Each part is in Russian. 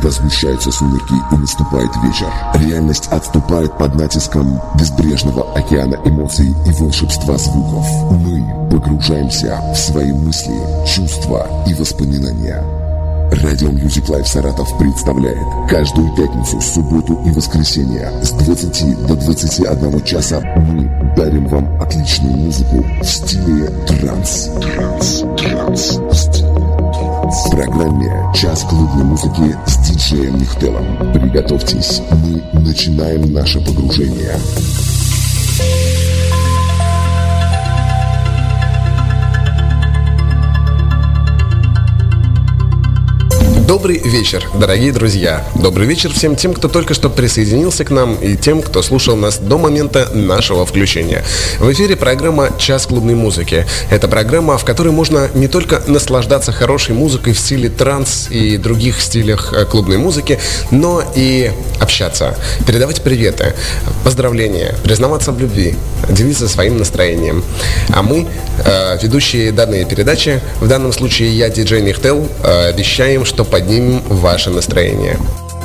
Когда сгущаются сумерки и наступает вечер, реальность отступает под натиском безбрежного океана эмоций и волшебства звуков. Мы погружаемся в свои мысли, чувства и воспоминания. Радио Music Live Саратов представляет каждую пятницу, субботу и воскресенье с 20 до 21 часа мы дарим вам отличную музыку в стиле транс. В программе «Час клубной музыки» с диджеем Михтелом. Приготовьтесь, мы начинаем наше погружение. Добрый вечер, дорогие друзья. Добрый вечер всем тем, кто только что присоединился к нам, и тем, кто слушал нас до момента нашего включения. В эфире программа «Час клубной музыки». Это программа, в которой можно не только наслаждаться хорошей музыкой в стиле транс и других стилях клубной музыки, но и общаться, передавать приветы, поздравления, признаваться в любви, делиться своим настроением. А мы, ведущие данной передачи, в данном случае я, диджей Михтел, обещаем, что поднимем ваше настроение.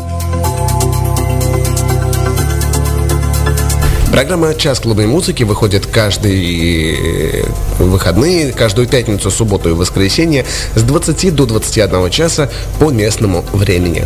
Программа «Час клубной музыки» выходит каждые выходные, каждую пятницу, субботу и воскресенье с 20 до 21 часа по местному времени.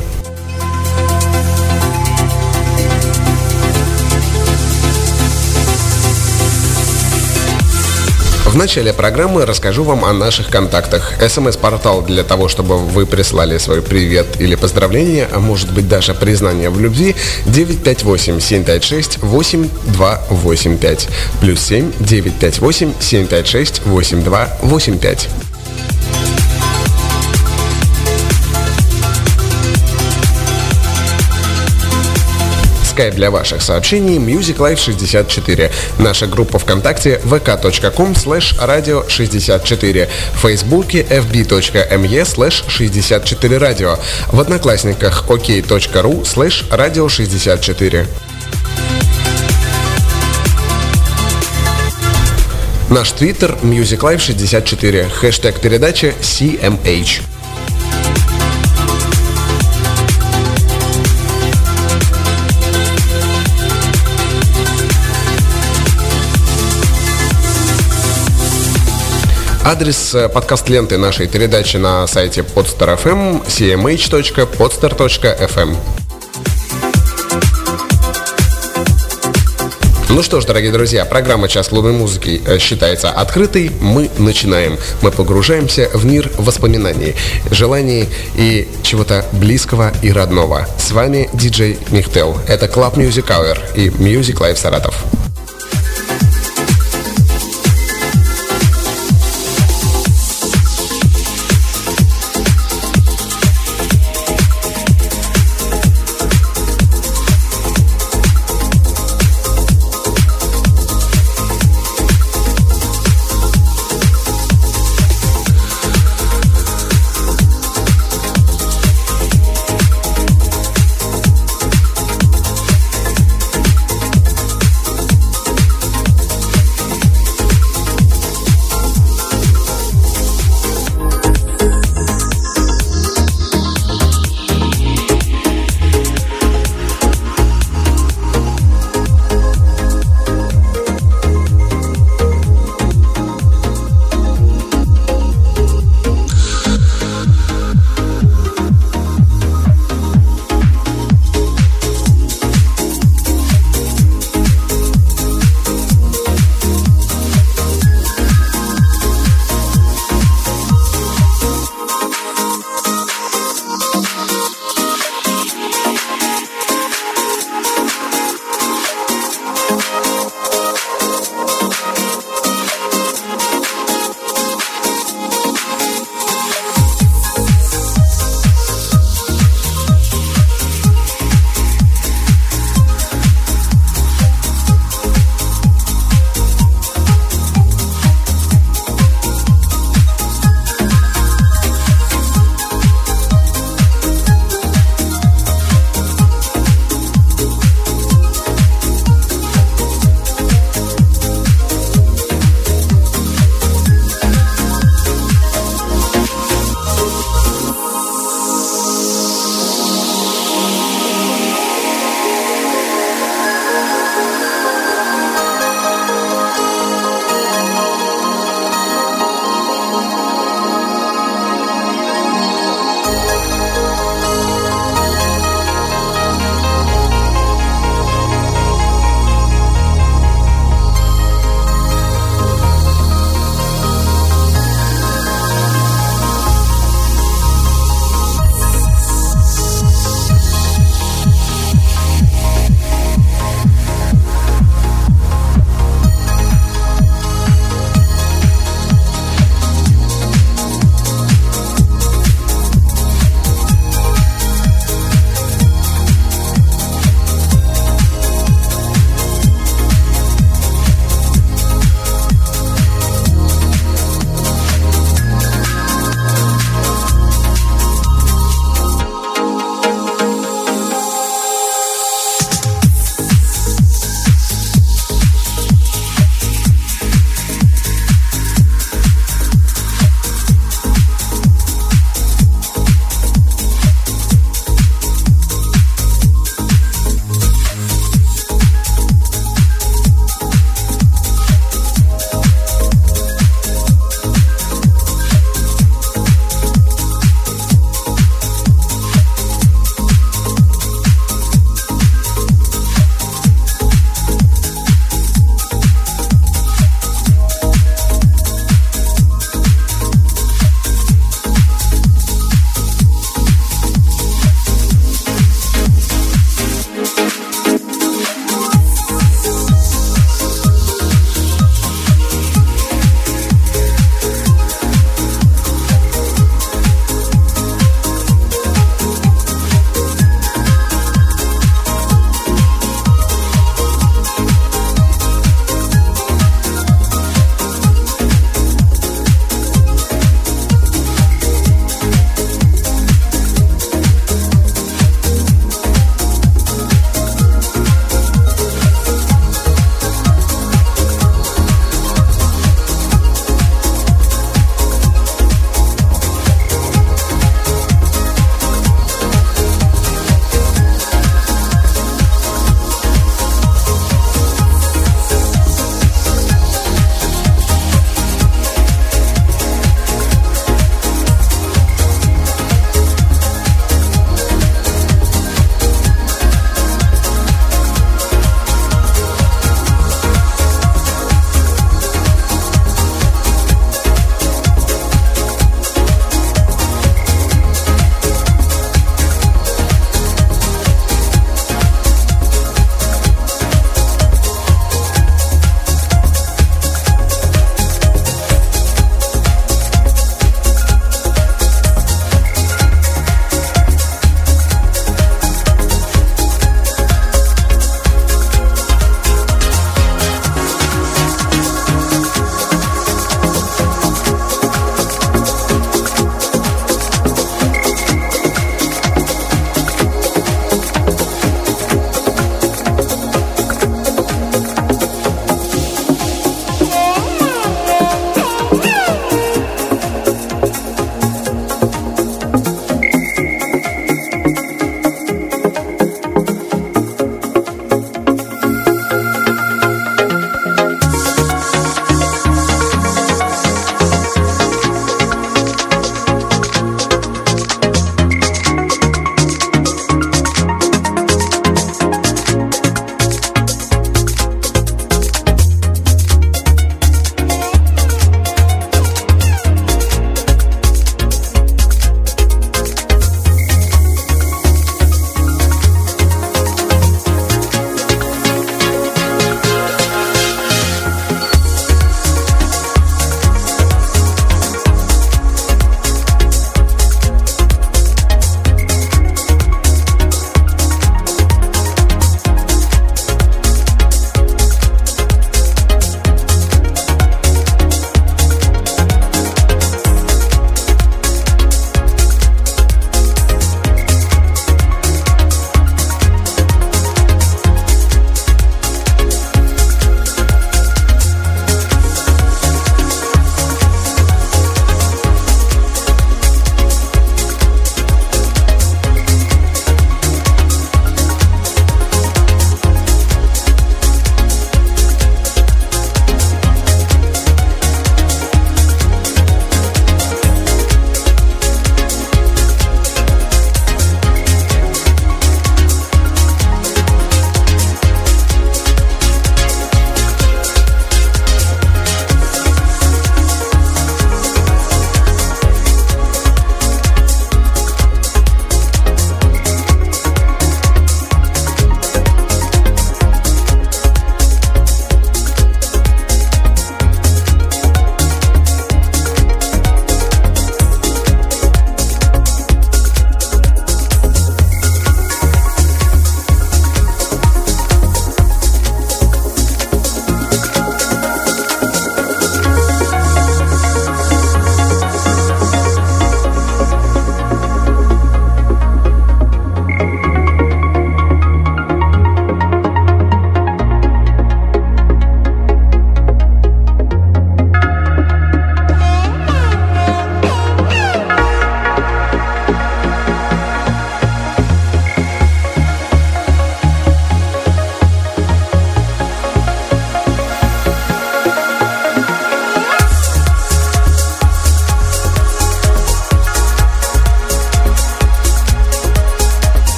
В начале программы расскажу вам о наших контактах. СМС-портал для того, чтобы вы прислали свой привет или поздравление, а может быть даже признание в любви, 958-756-8285. +7 958-756-8285. Скайп для ваших сообщений Music Live 64. Наша группа ВКонтакте vk.com/radio64. В Фейсбуке fb.me/64radio. В Одноклассниках ok.ru/radio64. Наш твиттер Music Live 64. Хэштег передачи CMH. Адрес подкаст-ленты нашей передачи на сайте Podster.fm, cmh.podster.fm. Ну что ж, дорогие друзья, программа «Час клубной музыки» считается открытой. Мы начинаем. Мы погружаемся в мир воспоминаний, желаний и чего-то близкого и родного. С вами диджей Михтел. Это Club Music Hour и Music Live Саратов.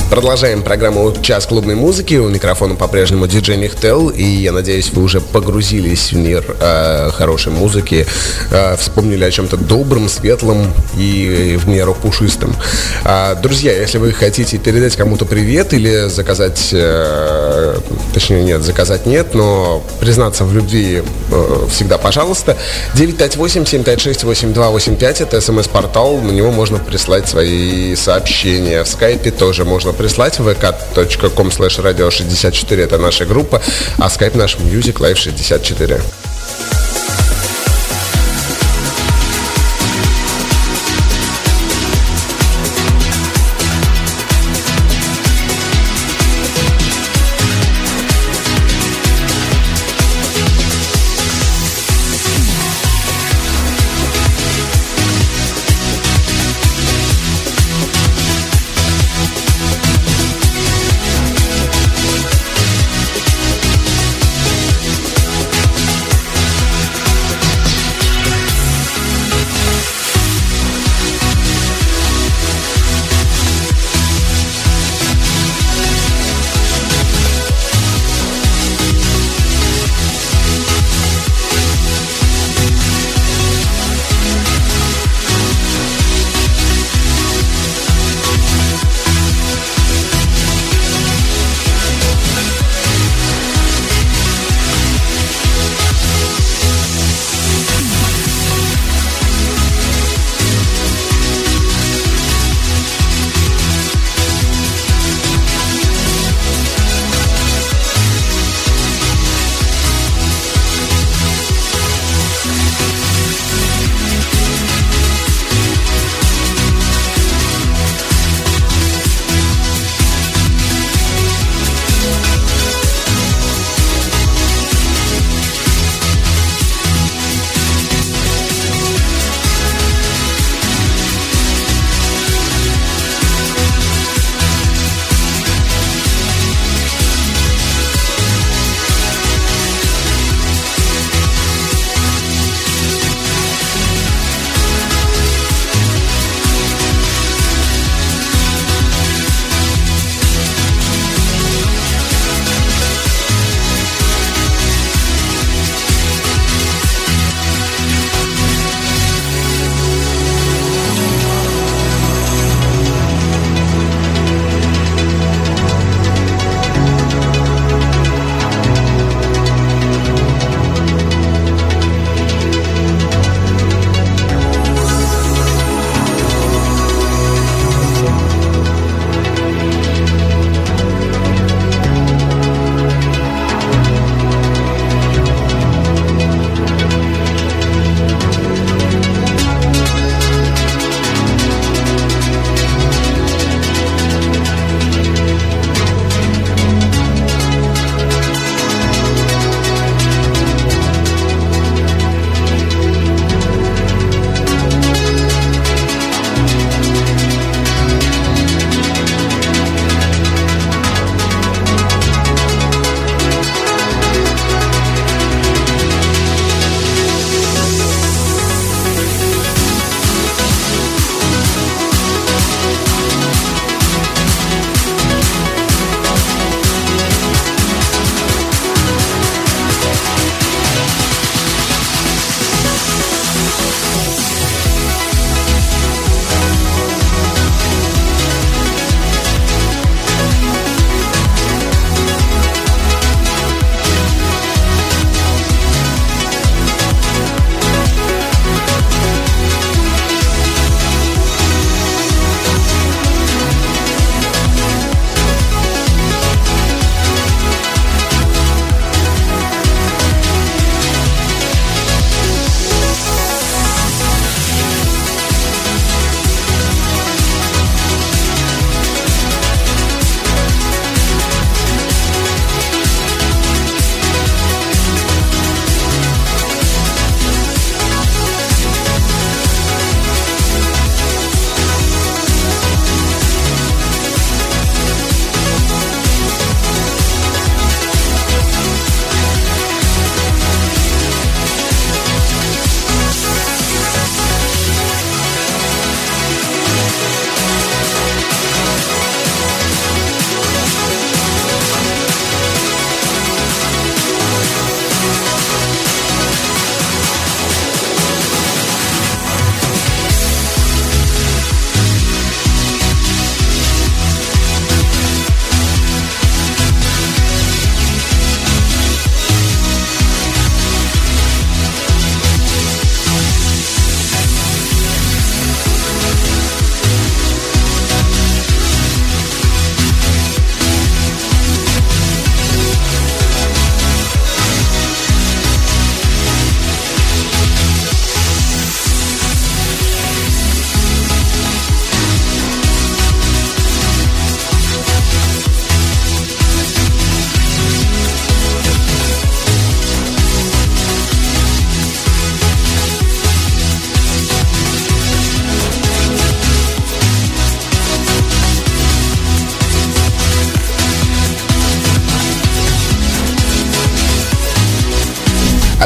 Продолжаем программу «Час клубной музыки». У микрофона по-прежнему диджей Нихтел. И я надеюсь, вы уже погрузились в мир хорошей музыки, вспомнили о чем-то добром, светлом и в меру пушистом. Друзья, если вы хотите передать кому-то привет или заказать, точнее нет, заказать нет, но признаться в любви всегда пожалуйста, 958-756-8285, это смс-портал, на него можно прислать свои сообщения. В скайпе тоже можно прислать, vk.com/radio64, это наша группа, а скайп наш Music Live 64.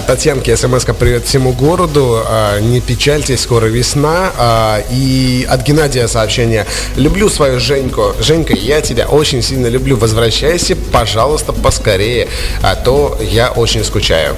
Татьянке смс-ка «Привет всему городу». Не печальтесь, скоро весна. И от Геннадия сообщение: люблю свою Женьку. Женька, я тебя очень сильно люблю. Возвращайся, пожалуйста, поскорее, а то я очень скучаю.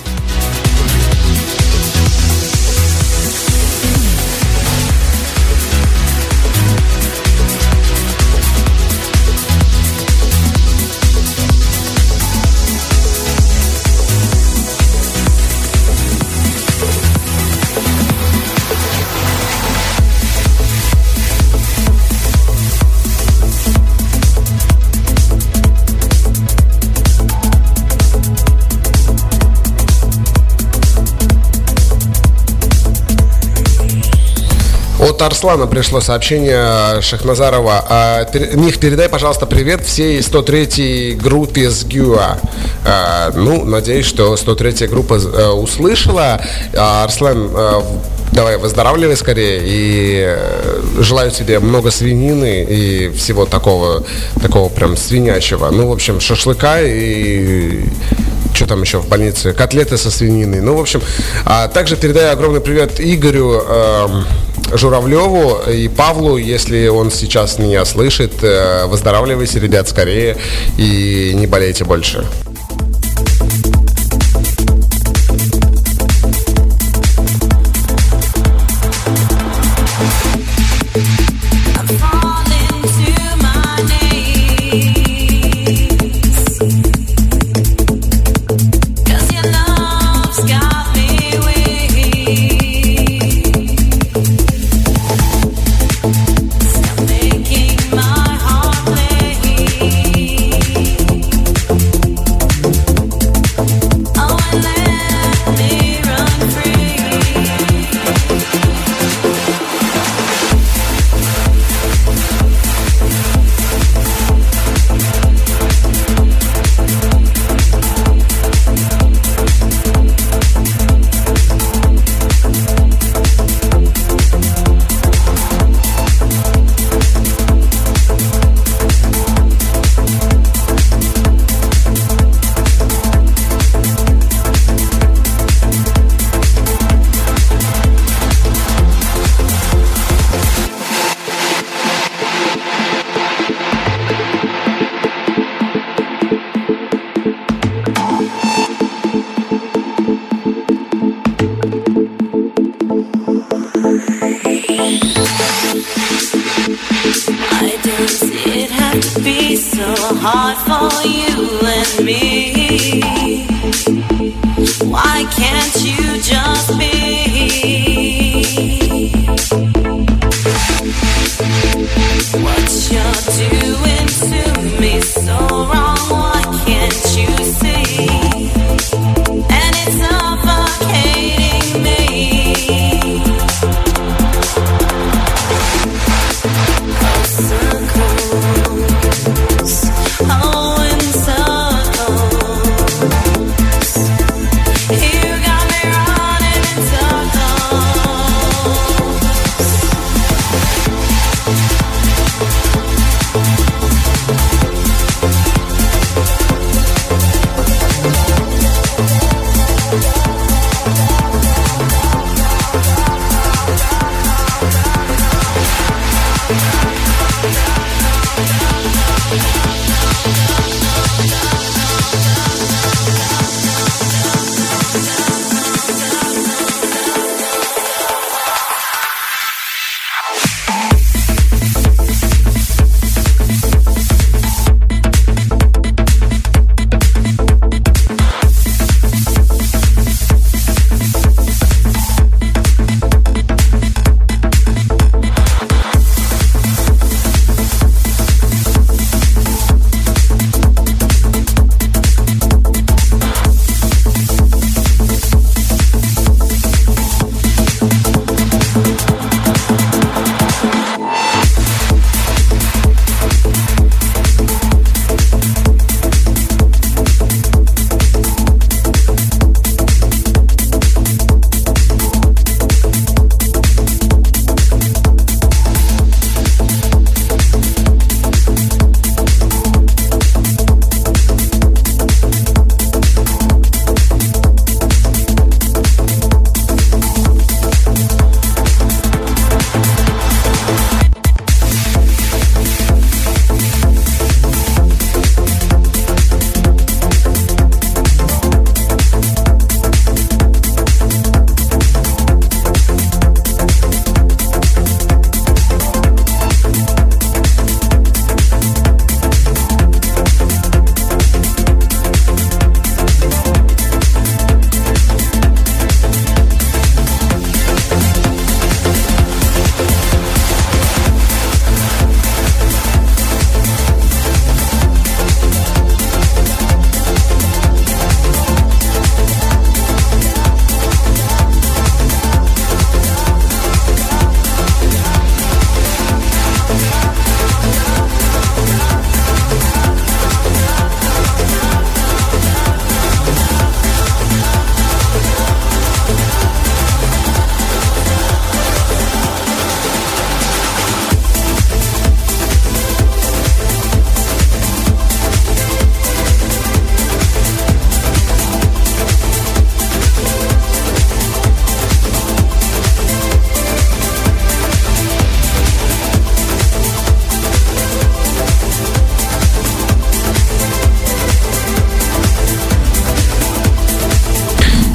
От Арслана пришло сообщение Шахназарова: Мих, передай, пожалуйста, привет всей 103-й группе СГЮА. Надеюсь, что 103-я группа услышала. Арслан, давай, выздоравливай скорее. И желаю тебе много свинины и всего такого прям свинячего. В общем, шашлыка и... Что там еще в больнице? Котлеты со свининой. Также передаю огромный привет Игорю Журавлеву и Павлу, если он сейчас меня слышит. Выздоравливайте, ребят, скорее и не болейте больше. hard for you and me. Why can't you just be? What you're doing to me so wrong, why can't you see? And it's suffocating me.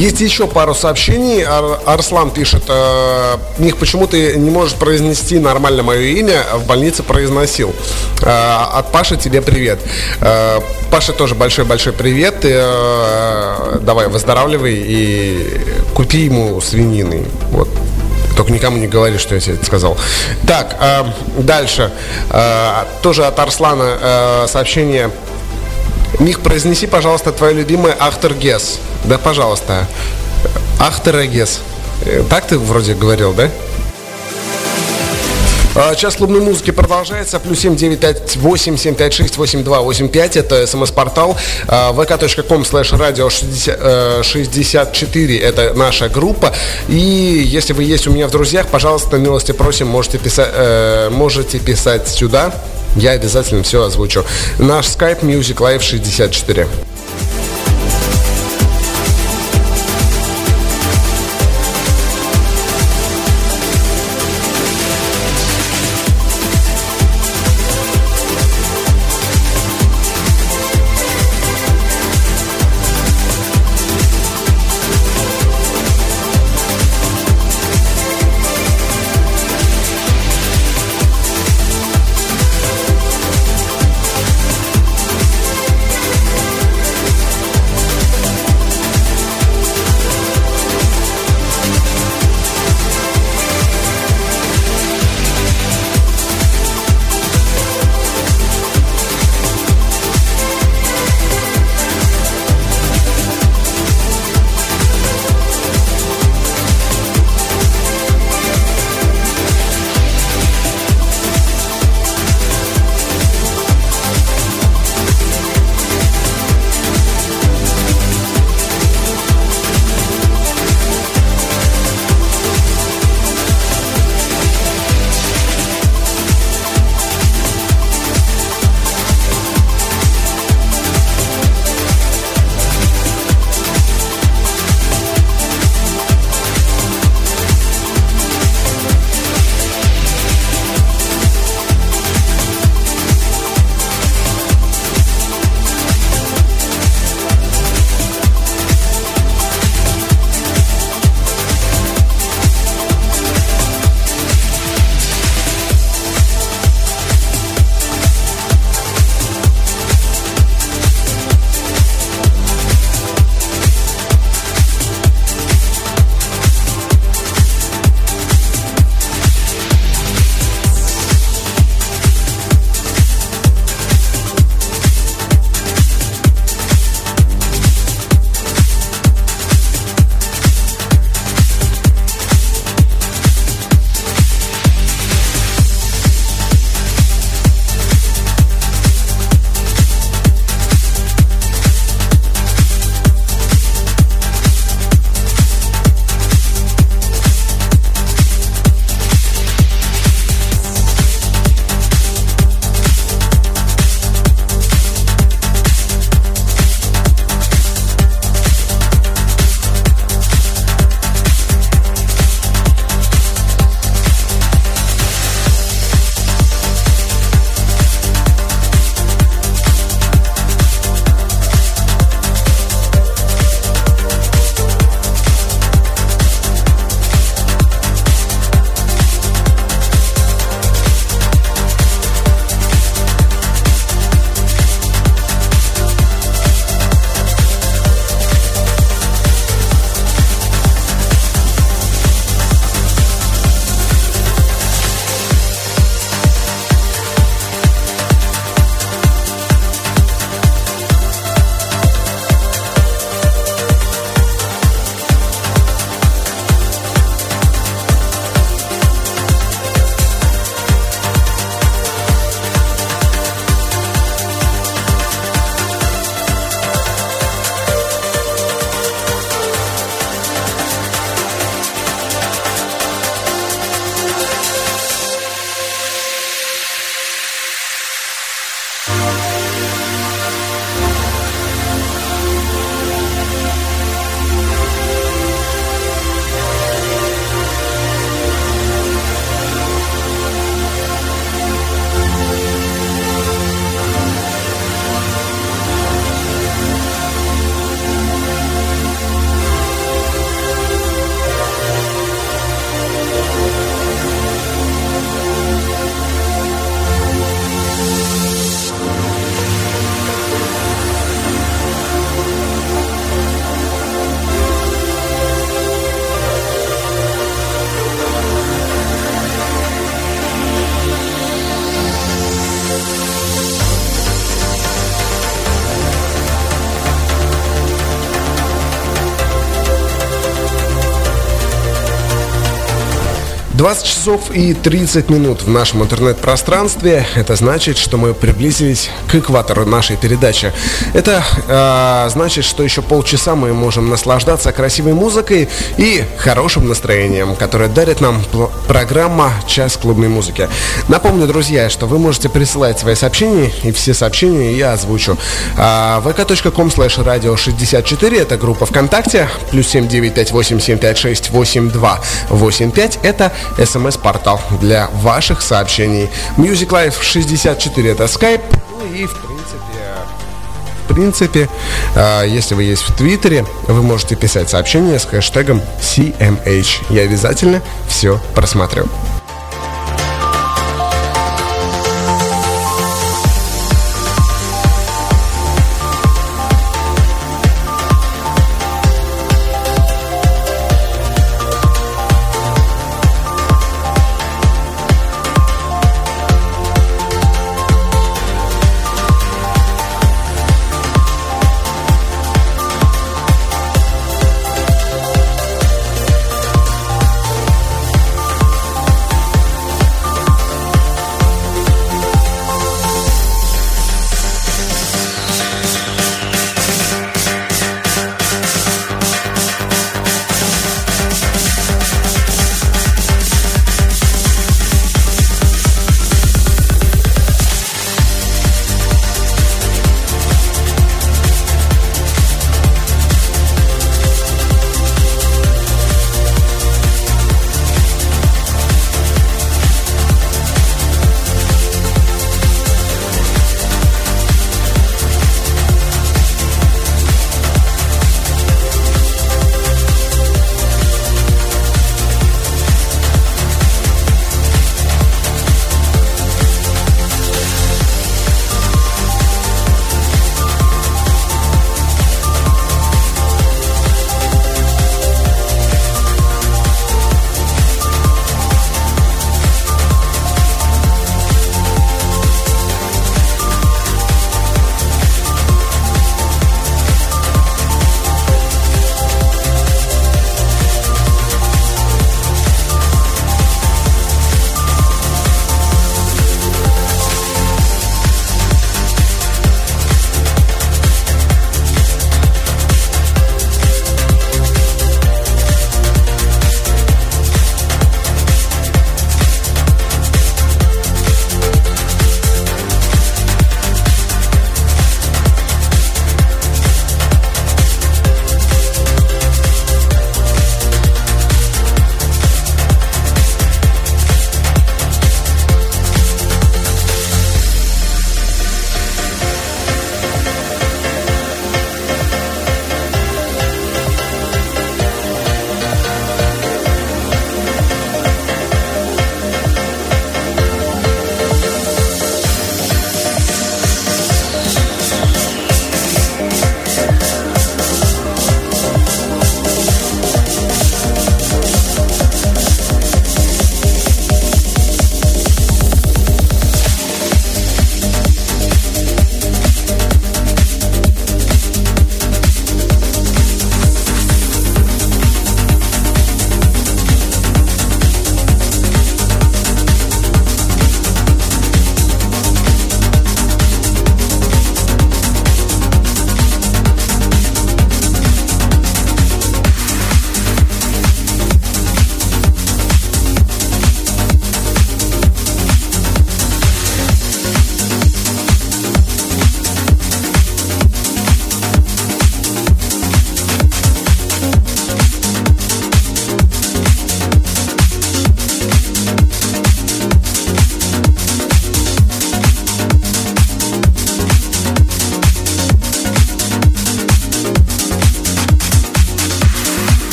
Есть еще пару сообщений. Арслан пишет, Них, почему ты не можешь произнести нормально мое имя, в больнице произносил. От Паши тебе привет. Паше тоже большой-большой привет. Давай, выздоравливай и купи ему свинины. Вот. Только никому не говори, что я тебе это сказал. Так, дальше. Тоже от Арслана сообщение. Мих, произнеси, пожалуйста, твое любимое Ахтергес. Да, пожалуйста. Ахтергес. Так ты вроде говорил, да? Час клубной музыки продолжается. Плюс 7-958-756-8285. Это смс-портал. vk.com/radio64. Это наша группа. И если вы есть у меня в друзьях, пожалуйста, милости просим, можете писать сюда. Я обязательно все озвучу. Наш Skype Music Live 64. 20 часов и 30 минут в нашем интернет-пространстве. Это значит, что мы приблизились к экватору нашей передачи. Это значит, что еще полчаса мы можем наслаждаться красивой музыкой и хорошим настроением, которое дарит нам программа «Час клубной музыки». Напомню, друзья, что вы можете присылать свои сообщения, и все сообщения я озвучу. vk.com/radio64 это группа ВКонтакте, +7 958 756 8285 это СМС-портал для ваших сообщений. Music Live 64 это Skype, ну и в принципе, если вы есть в Твиттере, вы можете писать сообщения с хэштегом CMH. Я обязательно все просмотрю.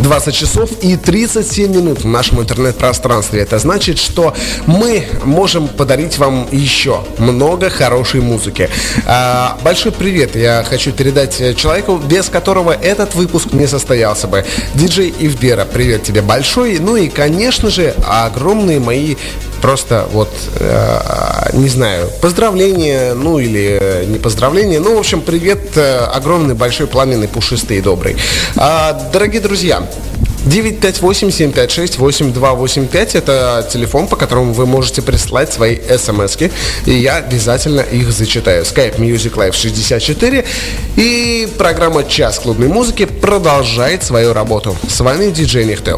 20 часов и 37 минут в нашем интернет-пространстве. Это значит, что мы можем подарить вам еще много хорошей музыки. Большой привет я хочу передать человеку, без которого этот выпуск не состоялся бы. Диджей Ивбера, привет тебе большой. Ну и, конечно же, огромные мои просто не знаю, поздравления, ну или не поздравления. Ну, в общем, привет огромный, большой, пламенный, пушистый и добрый. Дорогие друзья, 958-756-8285 это телефон, по которому вы можете прислать свои смски, и я обязательно их зачитаю. Skype Music Live 64, и программа «Час клубной музыки» продолжает свою работу. С вами диджей Нихтел.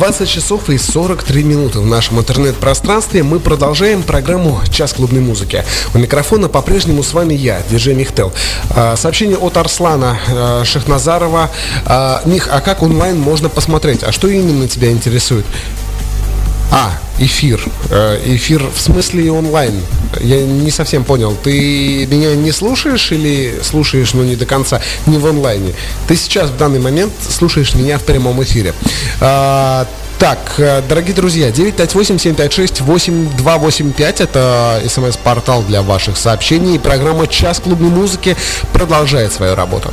20 часов и 43 минуты в нашем интернет-пространстве. Мы продолжаем программу «Час клубной музыки». У микрофона по-прежнему с вами я, диджей Михтел. Сообщение от Арслана Шахназарова. Мих, а как онлайн можно посмотреть? А что именно тебя интересует? Эфир. Эфир в смысле онлайн? Я не совсем понял. Ты меня не слушаешь или слушаешь, но не до конца? Не в онлайне. Ты сейчас в данный момент слушаешь меня в прямом эфире. Так, дорогие друзья, 958-756-8285 это смс-портал для ваших сообщений. И программа «Час клубной музыки» продолжает свою работу.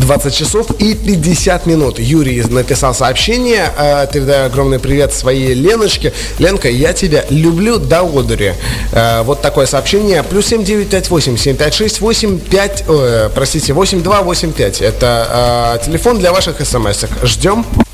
20 часов и 50 минут. Юрий написал сообщение. Передаю огромный привет своей Леночке. Ленка, я тебя люблю до одури. Вот такое сообщение. +7 958 756 85, 8285. Это телефон для ваших смс-ок. Ждем.